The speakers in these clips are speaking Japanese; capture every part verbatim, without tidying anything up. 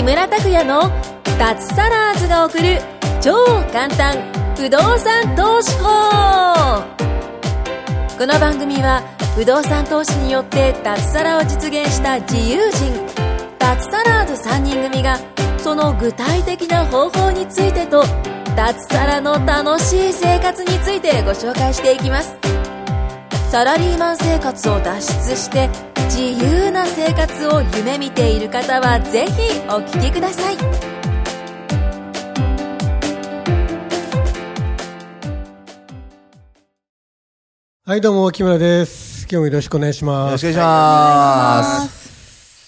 村拓哉の脱サラーズが送る超簡単不動産投資法。この番組は不動産投資によって脱サラを実現した自由人脱サラーズさんにん組がその具体的な方法についてと脱サラの楽しい生活についてご紹介していきます。サラリーマン生活を脱出して自由な生活を夢見ている方はぜひお聞きください。 はい、どうも木村です。今日もよろしくお願いします。 よろしくお願いします。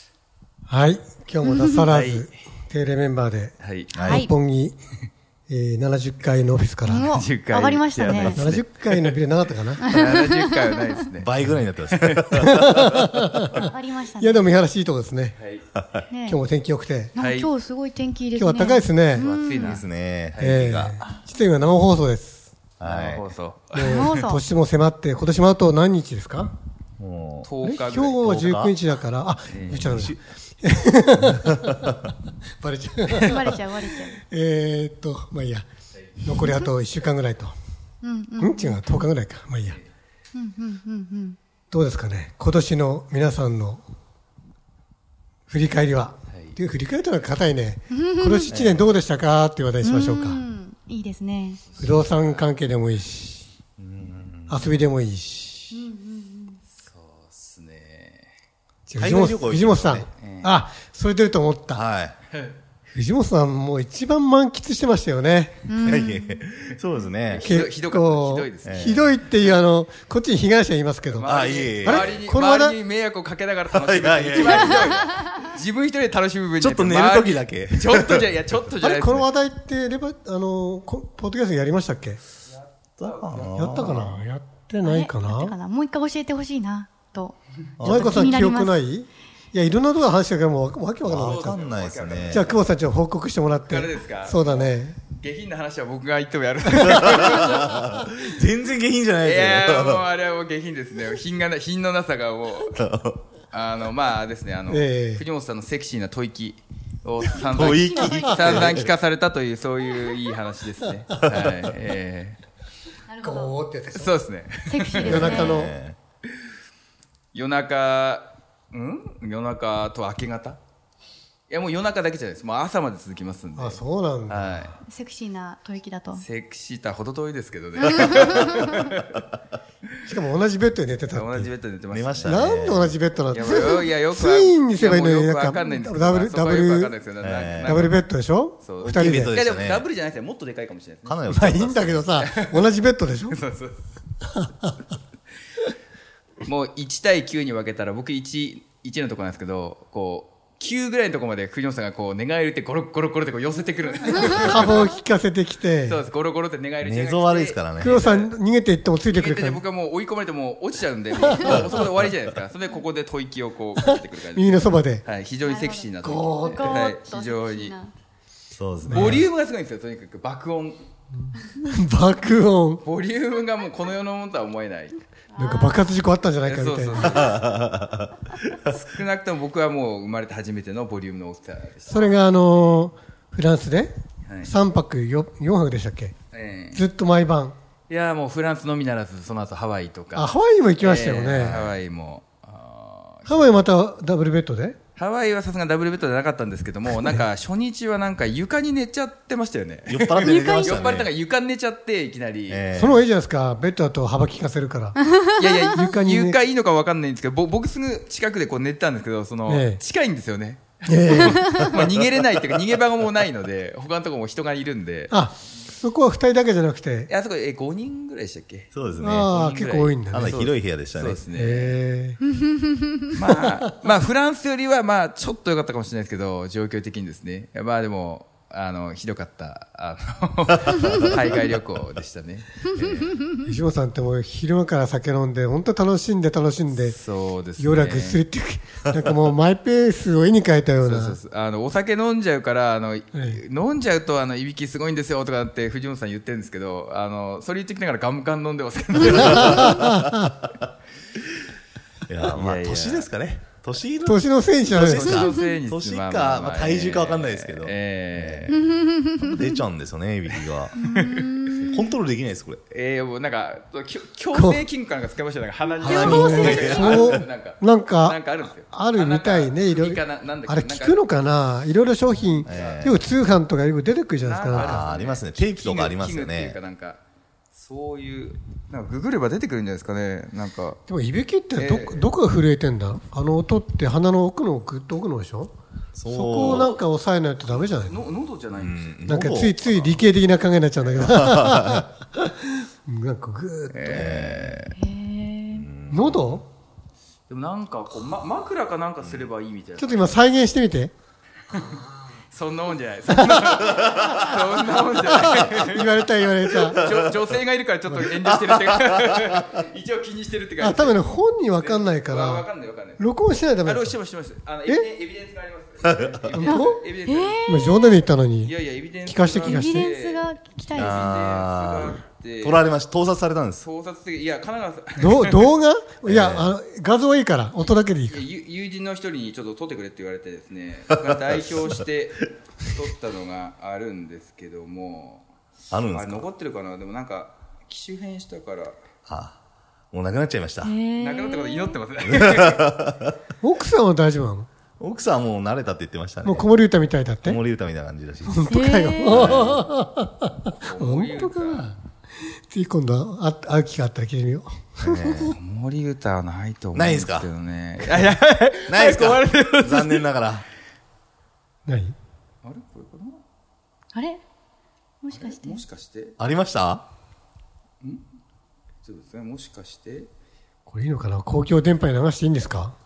はい、今日も脱サラーズ、はい、定例メンバーで、 はい、 六本木、えー、ななじゅっかいのオフィスからななじゅっかい上がりましたね。 ななじゅっかいのビルなかったかなななじゅっかいはないですね。倍ぐらいになってます。 上がりましたね。 いやでも見晴らしいいとこですね。 はい、 今日も天気良くて、 なんか今日すごい天気いいですね。 今日は暖かいですね。 暑いですね。 えー、実は今生放送です。 はい、放送。 年も迫って、今年もあと何日ですか？ もうとおかぐらい。 今日はじゅうくにちだから、あ、言っちゃうバレちゃう。 バレちゃう、バレちゃう。 えーっと、まあいいや。残りあといっしゅうかんぐらいと。 うんうん。 ん違う、とおかぐらいか。まあいいや。 うんうんうんうん。 どうですかね、今年の皆さんの振り返りは。っていう振り返ったのが硬いね。今年いちねんどうでしたかっていう話題にしましょうか。 いいですね。 不動産関係でもいいし、遊びでもいいし。 そうですね。 藤本、藤本さん、あ、それ出ると思った。 はい。 藤本さんもう一番満喫してましたよね。 そうですね。 ひどかった。ひどいですね。ひどいっていうあのこっちに被害者いますけど。 あ、いえいえ。 周りに周りに迷惑をかけながら楽しむ。一番ひどい。自分一人で楽しむ分にちょっと寝る時だけ。 ちょっとじゃいやちょっとじゃない。 この話題ってレバあのポッドキャストやりましたっけ？やったかな。やったかな。やってないかな。 もう一回教えてほしいなと。 マイコさん記憶ない？いや、いろんなところ話したけどもわけわからない。 わかんないですね。 じゃあ久保さんちょっと報告してもらって。 誰ですか？ そうだね。 下品な話は僕が言ってもやる。 全然下品じゃないですよ。 いやもうあれはもう下品ですね。品がな品のなさがもうあのまあですねあの、えー、藤本さんのセクシーな吐息を散々散々聞かされたというそういういい話ですね。はい。えー、なるほど。ゴーってやつ。 そうですね。 セクシーですね。 夜中の夜中ん夜中と明け方。いやもう夜中だけじゃないです。もう朝まで続きますんで。 あ、そうなんだ。 はい。 セクシーな吐息だと。 セクシーとは程遠いですけどね。 しかも同じベッドで寝てたって。 同じベッドで寝てました、ね。 寝ましたね。 なんで同じベッドなんですか。いやよくツインにすればいいのになんかダブルダブルダブルダブルベッドでしょ。二人で。 いやでもダブルじゃないですよ。もっとでかいかもしれないですね。 かなりまあいいんだけどさ、同じベッドでしょ。 そうそう。もういち対きゅうに分けたら僕いち、いちのところなんですけど、こうきゅうぐらいのところまで藤本さんがこう寝返りってゴロゴロゴロってこう寄せてくる。 株を効かせてきて。 そうです。ゴロゴロって寝返りして。 寝相悪いですからね。 黒さん逃げていってもついてくるから。 僕はもう追い込まれても落ちちゃうんで、もうそこで終わりじゃないですか。それでここで吐息をこうかけてくる感じ。 右のそばで。 はい。非常にセクシーなと。はい。非常に。 そうですね。 ボリュームがすごいんですよ。とにかく爆音。 爆音。 ボリュームがもうこの世のものとは思えない。 なんか爆発事故あったんじゃないかみたいな。 そうそうそう少なくとも僕はもう生まれて初めてのボリュームの大きさでした。 それがあのー、フランスでさんぱく 4, 4泊でしたっけ、えー、ずっと毎晩。 いやもうフランスのみならずその後ハワイとか。 あ、ハワイにも行きましたよね。 えー、ハワイもハワイまたダブルベッドで。 ハワイはさすがダブルベッドでなかったんですけども、なんか初日はなんか床に寝ちゃってましたよね。 酔っ払って寝てましたね。 酔っ払ったから床に寝ちゃっていきなり。 えー、その方がいいじゃないですか。ベッドだと幅利かせるから。 いやいや床に、ね、床いいのかわかんないんですけど、僕すぐ近くでこう寝てたんですけど、その、えー、近いんですよね。えー、まあ逃げれないっていうか逃げ場もないので、他のところも人がいるんで。 あ、そこはふたりだけじゃなくて。 いやそこえごにんぐらいでしたっけ。 そうですね。 ああ結構多いんだね。 あの広い部屋でしたね。 そうですね。 えー、まあまあフランスよりはまあちょっと良かったかもしれないですけど、状況的にですね。まあでもあのひどかったあの海外旅行でしたね。 えー、石本さんってもう昼間から酒飲んで本当楽しんで楽しんで、 そうですね、 夜はぐっすりってなんかもうマイペースを絵に描いたような。 そうそうそう、あのお酒飲んじゃうからあの、ええ、飲んじゃうとあのいびきすごいんですよとかって藤本さん言ってるんですけど、あのそれ言ってきながらガムガン飲んでますけど、ね、 いやまあ年ですかね。 年年のせいにしちゃうんですか。 年のせいに年か、まあ、体重かわかんないですけど。 えー、 出ちゃうんですよね、いびきが。コントロールできないです、これ。 えー、もうなんか、矯正筋かなんか使いましたよ。鼻に。 鼻に。そう、なんか、なんかあるんですよ。あるみたいね、いろいろ。あれ聞くのかないろいろ商品、よく通販とかよく出てくるじゃないですか。 あありますね。テープとかありますよね。 そういう、なんかググれば出てくるんじゃないですかね。なんか。 でもいびきってど、どこが震えてんだ。あの音って鼻の奥の奥、奥のでしょ。そこをなんか抑えないとダメじゃないの。 喉じゃないんですよ。 なんかついつい理系的な考えになっちゃうんだけど。なんかグーッと。えー、喉？ でもなんかこう、ま、枕かなんかすればいいみたいな。 ちょっと今再現してみて。 そんなもんじゃない。そんなそんなもんじゃない。 言われた言われた。 女, 女性がいるからちょっと遠慮してるってか一応気にしてるって感じ。 あ、多分ね本人わかんないから。 わかんないわかんない。 録音しないとダメです。 あ、してますしてます。あのエビデンエビデンスがあります。 本当？ エビデンス。 今冗談で言ったのに。 いやいやエビデンス。 聞かして聞かして。 エビデンスが聞きたいですね。 あ取られました。盗撮されたんです。 盗撮的、いや神奈川さん。 ど動画？いや、あの画像はいいから音だけでいいから。 友人の一人にちょっと撮ってくれって言われてですね。代表して撮ったのがあるんですけども。 あるんですか。 残ってるかな。でもなんか機種変したから。 あ、もうなくなっちゃいました。なくなったこと祈ってますね。 奥さんは大丈夫なの？ 奥さんはもう慣れたって言ってましたね。 もう子守歌みたいだって。 子守歌みたいな感じらしい。 本当かよ。本当かな。次今度あ会う機会あったら聞いてみよう。 子守歌はないと思うんですけどね。 ないですか。ないですか。残念ながら。 何？ あれこれかな。 あれもしかして。 もしかしてありました？ ん？そうですね。もしかして。 これいいのかな。公共電波に流していいんですか？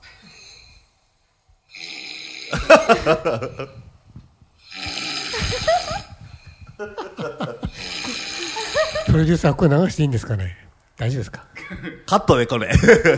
プロデューサーこれ流していいんですかね。大丈夫ですか？ カットでこれ。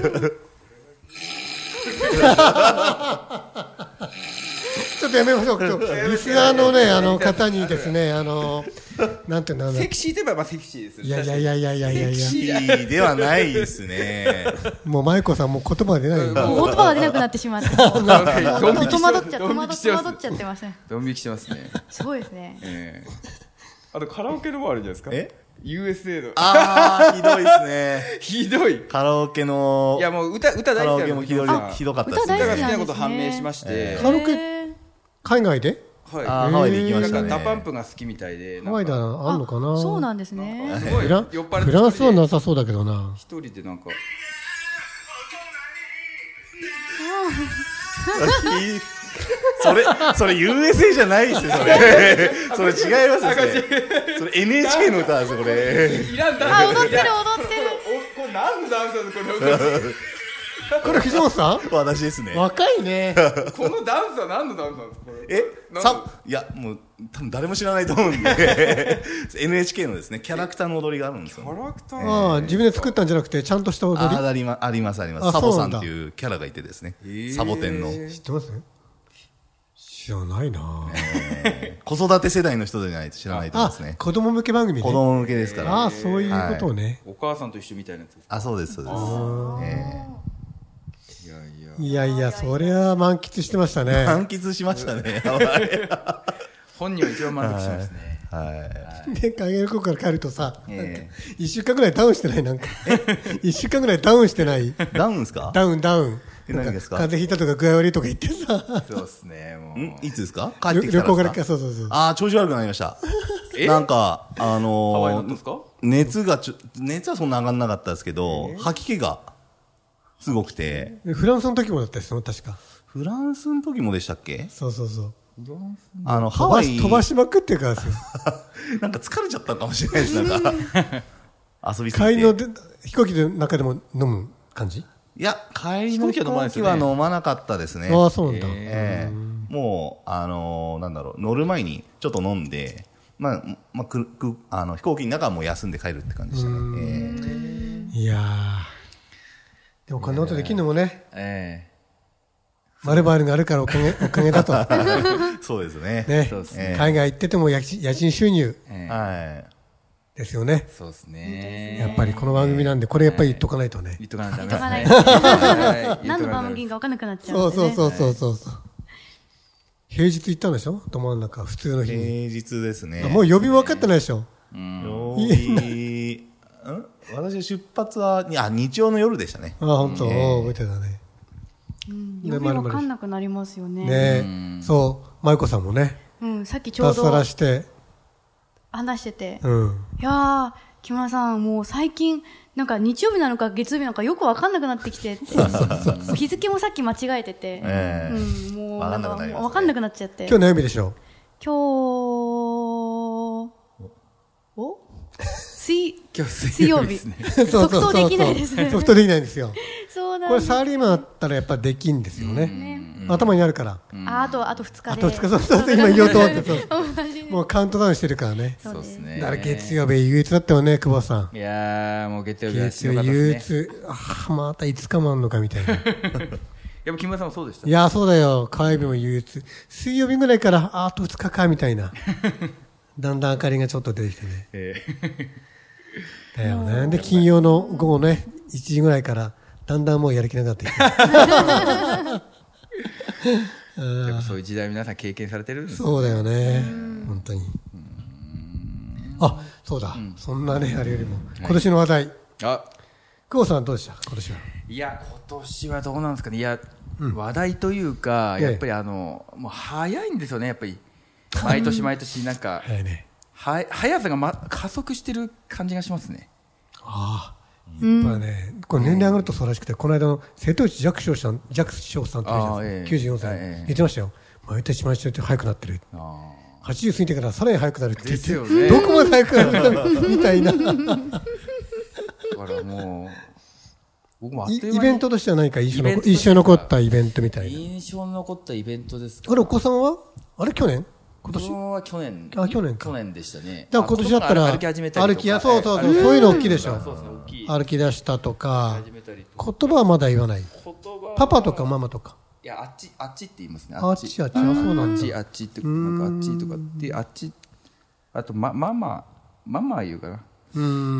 ちょっとやめましょう。今日リスナーのねあの方にですねあのなんていうのセクシーといえばセクシーです。 いやいやいやいやいやいやいや。 セクシーではないですね。 もう舞子さんもう言葉が出ない。 もう言葉が出なくなってしまって。戸惑っちゃ戸惑っちゃ戸惑っちゃってません。 ドン引きしてますね。 すごいですね。 えー、あとカラオケのもあるじゃないですか。 え？ ユーエスエー の。 ああひどいですね。 ひどい。 カラオケの。 いやもう歌歌大好きなの。 カラオケもひどいひどかったですね。 歌が好きなこと判明しまして。 カラオケ海外で？ はい。 ハワイで行きましたね。 ダパンプが好きみたいで。 ハワイだあんのかな。 そうなんですね。 すごい。 フランスはなさそうだけどな。 一人でなんか。 それそれ ユーエスエー じゃないですよそれ。それ違いますよね。それ エヌエイチケー の歌ですよこれ。 いらんだ。 あ踊ってる踊ってる。 これ何のダンスなのこの歌。 これ藤本さん？ 私ですね。 若いね。 このダンスは何のダンスなんですかこれ。 えさいやもう多分誰も知らないと思うんで。エヌエイチケー のですねキャラクターの踊りがあるんですよ。 キャラクター。 ああ自分で作ったんじゃなくてちゃんとした踊り。 あありまありますあります。サボさんっていうキャラがいてですね。サボテンの。 知ってます？知らないな。 子育て世代の人じゃないと知らないと思いますね。 子供向け番組ね。 子供向けですから。 ああそういうことね。 お母さんと一緒みたいなやつですか。 あそうですそうです。 いやいやそれは満喫してましたね。 満喫しましたね。 本人は一番満足しますね。 はい。 で影の子から帰るとさ、一週間ぐらいダウンしてないなんか。一週間ぐらいダウンしてない。 ダウンですか？ ダウンダウン。 何ですか？ 風邪ひいたとか具合悪いとか言ってさ。 そうですね。もう。いつですか？帰ってきたら。 旅行からそうそうそう。 ああ調子悪くなりました。なんかあのハワイのですか？ 熱がちょ熱はそんな上がんなかったですけど吐き気がすごくて。 フランスの時もだったですよ確か。 フランスの時もでしたっけ？ そうそうそう。 あのハワイ飛ばしまくってるからですよ。 なんか疲れちゃったかもしれないですなんか遊びすぎて。 帰りの飛行機の中でも飲む感じ？ いや帰りの飛行機は飲まなかったですね。 ああそうなんだ。 ええもうあのなんだろう乗る前にちょっと飲んでまあまあくくあの飛行機の中はもう休んで帰るって感じでしたね。 いやーでもこんなことできるのもね。 ええ。 マルバールがあるからおかげおかげだと。 そうですね。 ね。海外行ってても家賃収入。 はい。 ですよね。 そうですね。 やっぱりこの番組なんで、これやっぱり言っとかないとね。 言っとかないと言っとかないダメ。 何の番組か分かんなくなっちゃそううんでね。 そうそうそうそう。平日行ったんでしょど真ん中、普通の日に。 平日ですね。 もう呼び分かってないでしょ。 曜日、ん私出発は、あ、日曜の夜でしたね。 あ、本当、覚えてたね。 呼び分かんなくなりますよね。 ね、そう、舞子さんもね。 うん、さっきちょうど。 脱サラして。 話してて。 うん。 いやー、木村さん、もう最近、なんか日曜日なのか月曜日なのかよく分かんなくなってきてって。日付もさっき間違えてて。 えー、うん、もう、なんか分かんなくなっちゃって。 今日何曜日でしょう今日、お水、 今日水曜日。即答できないですね。 即答できないんですよ。 そうなんこれサラリーマンだったらやっぱできんですよね。頭にあるから。 あ、あと、あとふつかで。 あとふつか、そうそう、今言おうと思って、もうカウントダウンしてるからね。 そうですね。 だから月曜日憂鬱だったよね、久保さん。 いやー、もう月曜日は月曜日憂鬱。ああ、またいつかもあんのかみたいな。 やっぱ木村さんもそうでした。 いや、そうだよ。火曜日も憂鬱。水曜日ぐらいから、あ、あとふつかか、みたいな。だんだん明かりがちょっと出てきてね。だよね。で、金曜の午後ね、いちじぐらいから、だんだんもうやる気なくなってきて。 やっぱそういう時代皆さん経験されてるんですね。 そうだよね。本当に。あ、そうだ。そんなね、あれよりも。今年の話題。 あ、 久保さんどうでした今年は。 いや、今年はどうなんですかね。いや、話題というか、やっぱりあの、もう早いんですよね、やっぱり。毎年毎年なんか、 早いね。 は速さが、ま、加速してる感じがしますね。 ああ。やっぱね、これ年齢上がるとそうらしくて、この間の瀬戸内寂聴さん、寂聴さんって言うじゃないですか、きゅうじゅうよんさい、言ってましたよ。毎年毎年早くなってる。はちじゅう過ぎてからさらに早くなるって言って、どこまで早くなるみたいな。だからもう、僕もあっという間にイベントとしては何か印象の印象に残ったイベントみたいな。 印象に残ったイベントですか。 あれ、お子さんはあれ、去年今年は去年。 あ、去年か。 去年でしたね。 だから今年だったら、 歩き始めたりとか。 歩きや、そうそうそう、そういうの大きいでしょ。 そうですね、大きい。 歩き出したとか、言葉はまだ言わない。パパとかママとか。 いや、あっち、あっちって言いますね。 あっち、あっち、あ、そうなんだ。 あっち、あっちって、なんかあっちとかって、あっち、あと、ま、ママ、ママ言うかな。うん。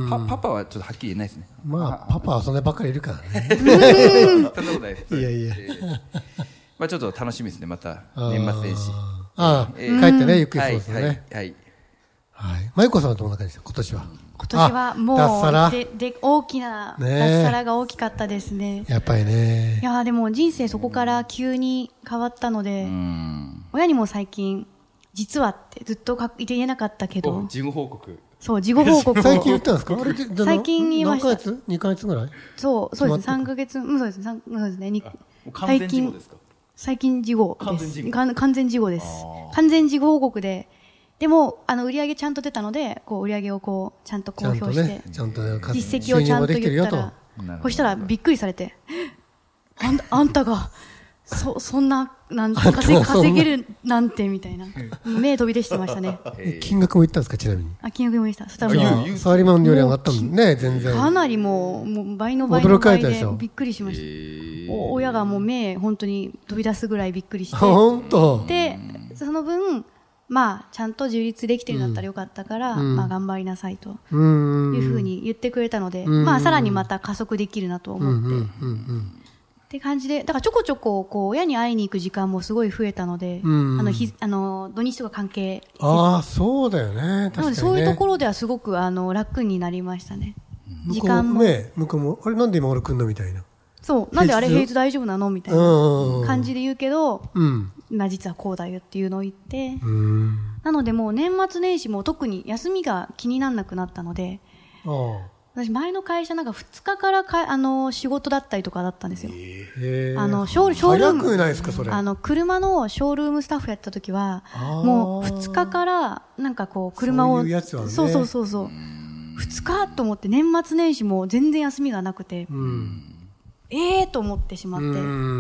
パ、パパはちょっとはっきり言えないですね。 まあ、パパはそんなばっかりいるからね。 そんなことないです。 いやいや。 まあちょっと楽しみですね、また、年末年始。 ああ、帰ってね、ゆっくりそうですよね。 はい。 はい。まゆこさんはどんな感じですか、今年は。 今年はもう、で、で、大きな、脱サラが大きかったですね。 やっぱりね。 いやでも人生そこから急に変わったので、親にも最近、実はってずっと言えなかったけど。 事後報告。 そう、事後報告を。 最近言ったんですかあれ最近言いました。 何ヶ月 ?に ヶ月ぐらいそう、そうです。さんかげつ、うん、そうです。そうですね。 完全事後ですか最近事後です。完全事後です。完全事後報告で、でも、あの、売り上げちゃんと出たので、こう、売り上げをこう、ちゃんと公表して、 ちゃんとね、 実績をちゃんと言ったら、そしたらびっくりされて、あんあんたが、そ、そんな、なん稼稼げるなんて、みたいな。目飛び出してましたね。 金額も言ったんですか、ちなみに。 あ、金額も言った。そしたらもう、サラリーマンより上がったもんね、全然。 かなりもう、もう倍の倍の倍でびっくりしました。親がもう目、本当に飛び出すぐらいびっくりして。 本当で、その分、まあ、ちゃんと自立できてるんだったらよかったから、まあ、頑張りなさいと。いうふうに言ってくれたので、まあ、さらにまた加速できるなと思って。って感じで、だからちょこちょこ、こう、親に会いに行く時間もすごい増えたので、あの、ひ、あの、土日とか関係。 ああ、そうだよね。確かにね。 そういうところではすごく、あの、楽になりましたね。 時間も。ね、向こうも、あれなんで今俺来んのみたいな。 そう、なんであれ平日大丈夫なのみたいな感じで言うけど、まあ実はこうだよっていうのを言って、なのでもう年末年始も特に休みが気にならなくなったので、私前の会社なんかふつかからかあの仕事だったりとかだったんですよ。あのショー、ショールーム、 ないですかそれ。 あの車のショールームスタッフやった時は、もうふつかからなんかこう車を、 そういうやつはね、 そうそうそうそう、ふつかと思って年末年始も全然休みがなくて、ええーと思ってしまって、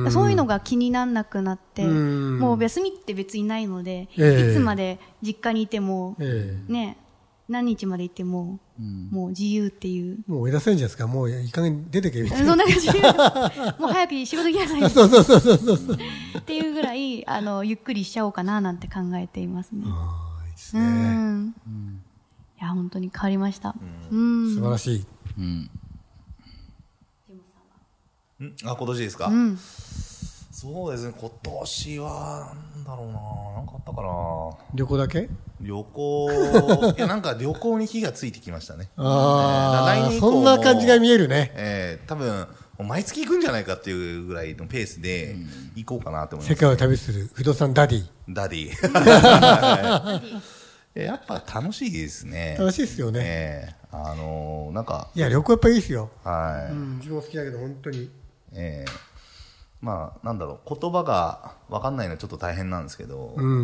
そういうのが気にならなくなって、もう休みって別にないので、いつまで実家にいても、ね、何日までいても、もう自由っていう。 もう追い出せんじゃないですか。もういい加減出てけみたいな。 そんな感じ。もう早く仕事行きなさい。 そうそうそうそうそう。 っていうぐらい、あの、ゆっくりしちゃおうかななんて考えていますね。 ああ、いいですね。うん。 いや本当に変わりました。 うん、素晴らしい。うん。 んあ、今年ですか。うん、そうですね。今年はなんだろうな、なんかあったかな。 旅行だけ？ 旅行いやなんか旅行に火がついてきましたね。 ああ、えー、来年以降もそんな感じが見えるね。 えー、多分毎月行くんじゃないかっていうぐらいのペースで行こうかなと思います、 ね。世界を旅する不動産ダディ。 ダディ。やっぱ楽しいですね。 楽しいですよね。 えー、あのー、なんか。 いや、旅行やっぱいいですよ。 はい。 うん、自分も好きだけど、本当に。 えー、まあ、なんだろう、言葉が分かんないのはちょっと大変なんですけど、うん、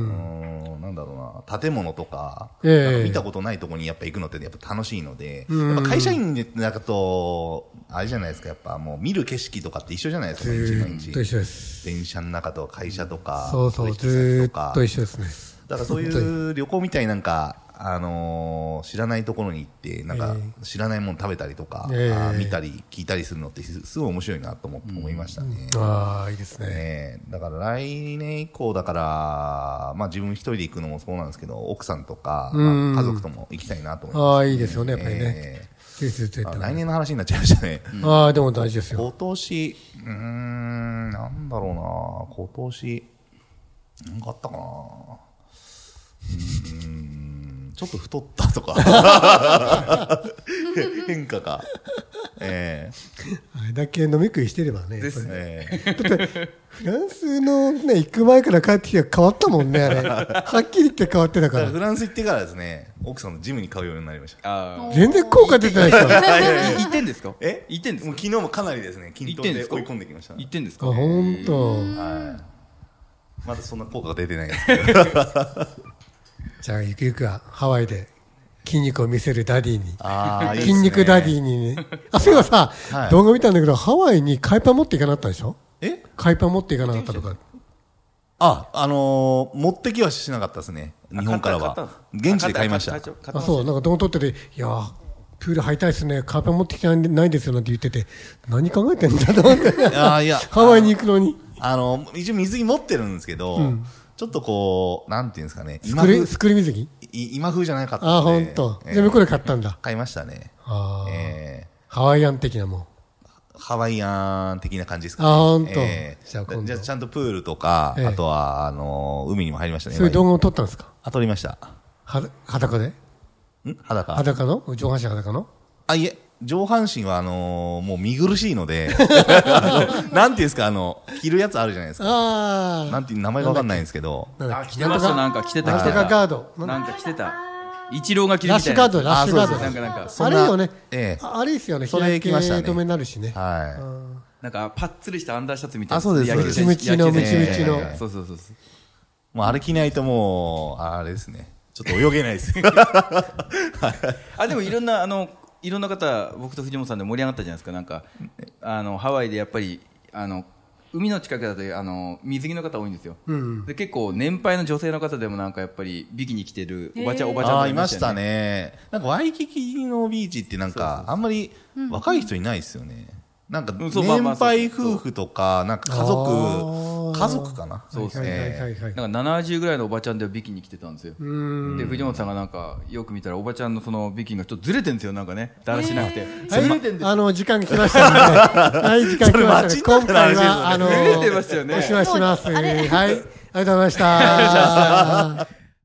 うんなんだろうな、建物とか、えー、なんか見たことないところにやっぱ行くのってやっぱ楽しいので、うん、やっぱ会社員だと、あれじゃないですか、やっぱもう見る景色とかって一緒じゃないですか、 ずーっと一緒です。 電車の中と会社とか、 そうそう、ずーっと一緒ですね。 だからそういう旅行みたいなんか、あのー、知らないところに行ってなんか知らないもの食べたりとか、えー、見たり聞いたりするのってすごい面白いなと思、うん、思いましたね。 ああいいですね、 えー、だから来年以降だから、まあ、自分一人で行くのもそうなんですけど奥さんとか、まあ、家族とも行きたいなと思います、ね、 ああいいですよねやっぱりね、えー、来年の話になっちゃいましたね、 うん、ああでも大事ですよ。 今年うーんなんだろうな今年なんかあったかなうーんちょっと太ったとか変化が、えー、あれだけ飲み食いしてればねですねだってフランスの、ね、行く前から帰ってきて変わったもんねあれはっきり言って変わってたからフランス行ってからですね奥さんのジムに通うようになりました。 あ全然効果出てないですか行ってんですかえ行ってんですか。 もう昨日もかなりですね筋トレで追い込んできました。 行ってんですか。 あ本当。 はいまだそんな効果が出てないですけどじゃあゆくゆくはハワイで筋肉を見せるダディにあ筋肉ダディにねあそういえばさ、はい、動画見たんだけどハワイに海パン持っていかなかったでしょ。 え海パン持っていかなかったとか。 ああのー、持ってきはしなかったですね日本からは現地で買いました。 あそうなんか動画撮ってていやプール入りたいですね海パン持ってきてないですよなんて言ってて何考えてんだと思ってあいやハワイに行くのにあの一応水着持ってるんですけど、うん、ちょっとこうなんていうんですかね今風スクリ水着今風じゃなかったのであ本当、えー、じゃあ向こうで買ったんだ。 買いましたね。 あ、えー、ハワイアン的なもんハワイアン的な感じですかね。 あ本当、 えー、じゃあ今度じゃあちゃんとプールとか、えー、あとはあのー、海にも入りましたね。 そういう動画を撮ったんですか。 あ撮りました。は裸でん裸裸の上半身裸のあいえ上半身はあのー、もう見苦しいのでなんていうんですかあの着るやつあるじゃないですか。 あなんていう名前がわかんないんですけどあ着てましたなんか着てた着てたガードなんか着てたイチローが着るみたいなラッシュガードラッシュガードなんかなんかあれよね、 ええ、 あれですよねそれ着ましたね日焼け止めになるしねはいなんかパッツリしたアンダーシャツみたいなあそうですムチムチのムチムチのそうそうそうもうあれ着ないともうあれですねちょっと泳げないですあでもいろんなあのいろんな方僕と藤本さんで盛り上がったじゃないですかなんかあのハワイでやっぱりあの海の近くだとあの水着の方多いんですよ、うん、で結構年配の女性の方でもなんかやっぱりビキニ着てるおばちゃんおばちゃんがいましたね。あいましたね。なんかワイキキのビーチってなんかあんまり若い人いないですよね。なんか年配夫婦とかなんか家族家族かな。 そうですね。なんかななじゅうぐらいのおばちゃんでビキニ着てたんですよ。で藤本さんがなんかよく見たらおばちゃんのそのビキニがちょっとずれてるんですよなんかねだらしなくて。 はい、あの時間が来ましたので、はい時間来ました。今回はあのずれてましたよね。 おしまいします。はいありがとうございました。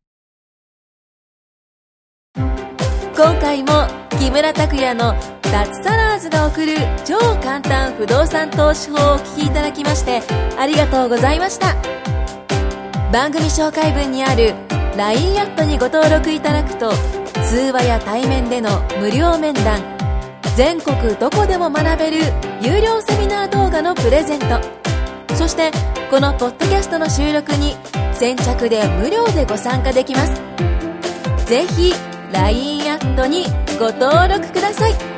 今回も木村拓哉の脱サラーズが送る超簡単不動産投資法をお聞きいただきましてありがとうございました。番組紹介文にある ライン アットにご登録いただくと通話や対面での無料面談全国どこでも学べる有料セミナー動画のプレゼントそしてこのポッドキャストの収録に先着で無料でご参加できます。ぜひ ライン アットにご登録ください。